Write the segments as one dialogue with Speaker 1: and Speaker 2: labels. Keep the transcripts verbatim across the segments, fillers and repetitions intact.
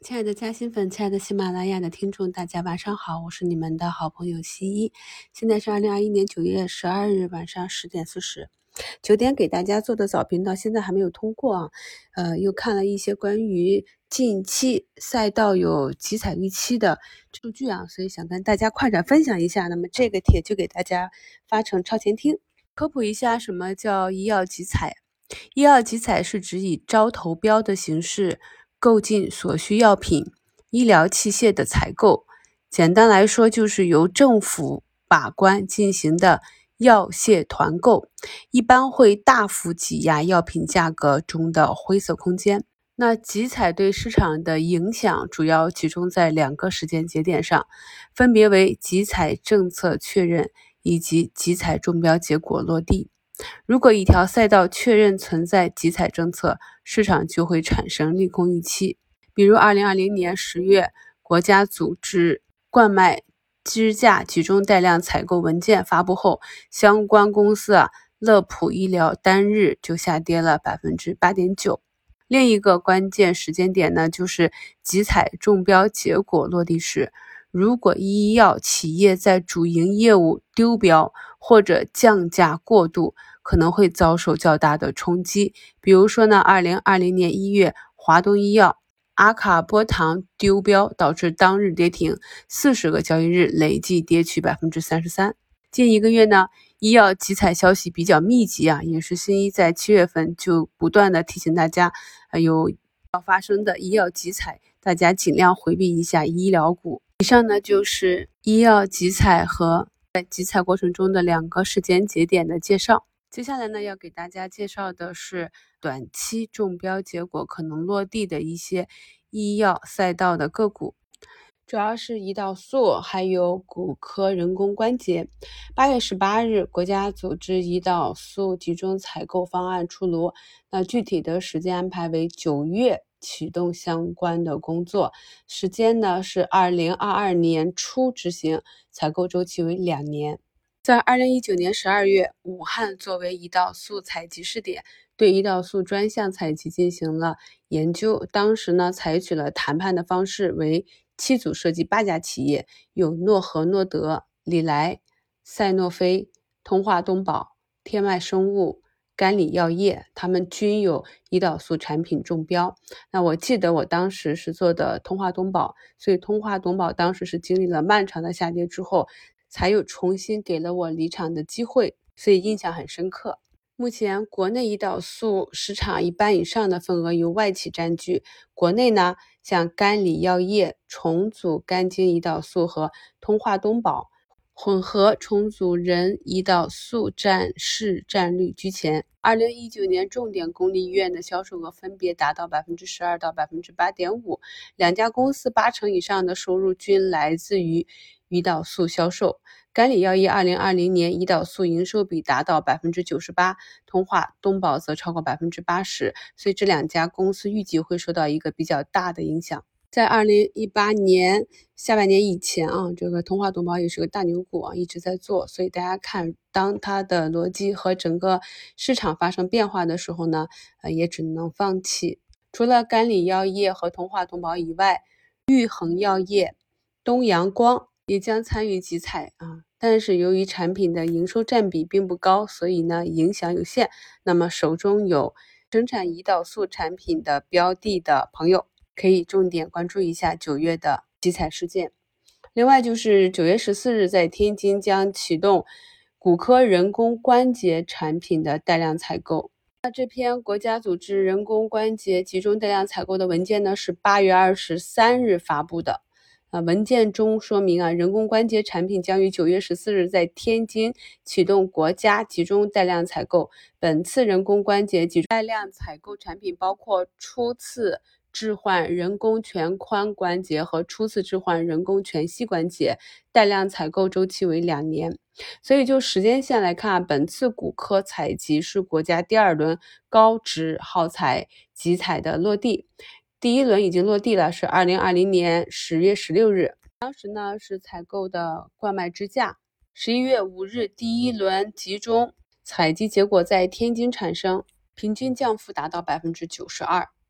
Speaker 1: 亲爱的嘉兴粉，亲爱的喜马拉雅的听众，大家晚上好，我是你们的好朋友西一。现在是二零二一年九月十二日晚上十点四十，九点给大家做的早评到现在还没有通过啊。呃，又看了一些关于近期赛道有集采预期的数据啊，所以想跟大家快点分享一下。那么这个帖就给大家发成超前听，科普一下什么叫医药集采。医药集采是指以招投标的形式购进所需药品、医疗器械的采购，简单来说就是由政府把关进行的药械团购，一般会大幅挤压药品价格中的灰色空间。那集采对市场的影响主要集中在两个时间节点上，分别为集采政策确认以及集采中标结果落地。如果一条赛道确认存在集采政策，市场就会产生利空预期。比如二零二零年十月，国家组织冠脉支架集中带量采购文件发布后，相关公司啊，乐普医疗单日就下跌了 百分之八点九。另一个关键时间点呢，就是集采中标结果落地时，如果医药企业在主营业务丢标或者降价过度，可能会遭受较大的冲击。比如说呢，二零二零年一月，华东医药阿卡波糖丢标，导致当日跌停，四十个交易日累计跌去 百分之三十三。近一个月呢，医药集采消息比较密集啊，也是新一在七月份就不断的提醒大家，呃、有要发生的医药集采，大家尽量回避一下医疗股。以上呢就是医药集采和在集采过程中的两个时间节点的介绍。接下来呢，要给大家介绍的是短期中标结果可能落地的一些医药赛道的个股，主要是胰岛素还有骨科人工关节。八月十八日，国家组织胰岛素集中采购方案出炉，那具体的时间安排为九月启动相关的工作，时间呢是二零二二年初执行，采购周期为两年。在二零一九年十二月，武汉作为胰岛素采集试点，对胰岛素专项采集进行了研究。当时呢，采取了谈判的方式，为七组设计八家企业，有诺和诺德、礼来、赛诺菲、通化东宝、天迈生物、甘李药业，他们均有胰岛素产品中标。那我记得我当时是做的通化东宝，所以通化东宝当时是经历了漫长的下跌之后，才有重新给了我离场的机会，所以印象很深刻。目前国内胰岛素市场一半以上的份额由外企占据，国内呢，像甘李药业重组肝精胰岛素和通化东宝混合重组人胰岛素占市占率居前。二零一九年重点公立医院的销售额分别达到 百分之十二 到 百分之八点五， 两家公司八成以上的收入均来自于胰岛素销售。甘李药业二零二零年胰岛素营收比达到 百分之九十八， 通化东宝则超过 百分之八十， 所以这两家公司预计会受到一个比较大的影响。在二零一八年下半年以前啊，这个通化东宝也是个大牛股啊，一直在做，所以大家看当它的逻辑和整个市场发生变化的时候呢，呃，也只能放弃。除了甘李药业和通化东宝以外，玉衡药业、东阳光也将参与集采啊，但是由于产品的营收占比并不高，所以呢影响有限。那么手中有生产胰岛素产品的标的的朋友，可以重点关注一下九月的集采事件。另外就是九月十四日，在天津将启动骨科人工关节产品的带量采购。那这篇国家组织人工关节集中带量采购的文件呢，是八月二十三日发布的。啊，文件中说明啊，人工关节产品将于九月十四日在天津启动国家集中带量采购。本次人工关节集中带量采购产品包括初次置换人工全髋关节和初次置换人工全膝关节，带量采购周期为两年。所以就时间线来看，本次骨科采集是国家第二轮高值耗材集采的落地。第一轮已经落地了，是二零二零年十月十六日，当时呢是采购的冠脉支架。十一月五日，第一轮集中采集结果在天津产生，平均降幅达到 百分之九十二。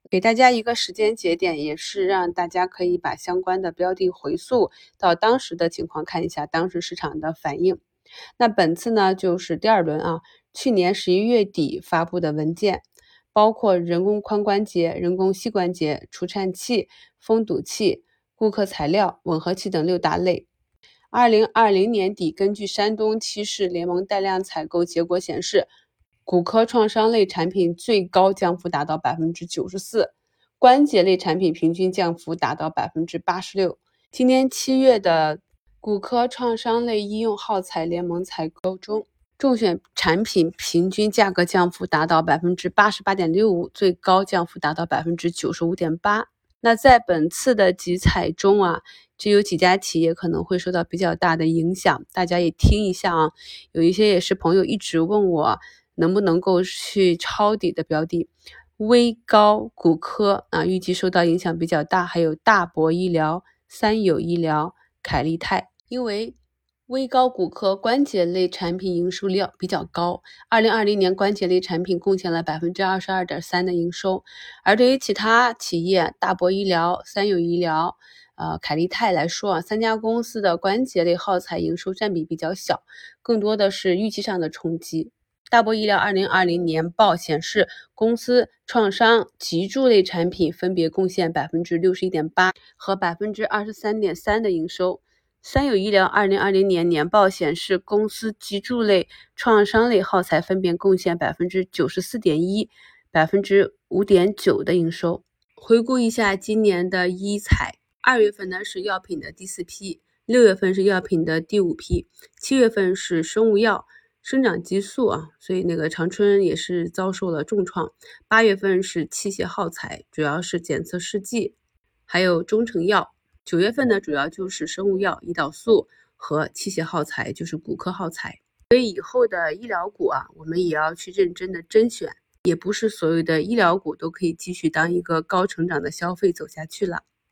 Speaker 1: 给大家一个时间节点，也是让大家可以把相关的标的回溯到当时的情况，看一下当时市场的反应。那本次呢就是第二轮啊，去年十一月底发布的文件，包括人工髋关节、人工膝关节、除颤器、封堵器、顾客材料、吻合器等六大类。二零二零年底，根据山东七市联盟带量采购结果显示，骨科创伤类产品最高降幅达到 百分之九十四， 关节类产品平均降幅达到 百分之八十六。 今年七月的骨科创伤类医用耗材联盟采购中，中选产品平均价格降幅达到 百分之八十八点六五， 最高降幅达到 百分之九十五点八。 那在本次的集采中啊，就有几家企业可能会受到比较大的影响，大家也听一下啊。有一些也是朋友一直问我能不能够去抄底的标的，微高骨科啊，预计受到影响比较大，还有大博医疗、三友医疗、凯利泰。因为微高骨科关节类产品营收量比较高，二零二零年关节类产品贡献了 百分之二十二点三 的营收，而对于其他企业大博医疗、三友医疗、呃凯利泰来说啊，三家公司的关节类耗材营收占比比较小，更多的是预期上的冲击。大博医疗二零二零年报显示，公司创伤脊柱类产品分别贡献 百分之六十一点八 和 百分之二十三点三 的营收。三友医疗二零二零年年报显示，公司脊柱类、创伤类耗材分别贡献 百分之九十四点一、百分之五点九 的营收。回顾一下今年的医采，二月份呢是药品的第四批，六月份是药品的第五批，七月份是生物药、生长激素啊，所以那个长春也是遭受了重创。八月份是器械耗材，主要是检测试剂，还有中成药。九月份呢，主要就是生物药、胰岛素和器械耗材，就是骨科耗材。所以以后的医疗股啊，我们也要去认真的甄选，也不是所有的医疗股都可以继续当一个高成长的消费走下去了。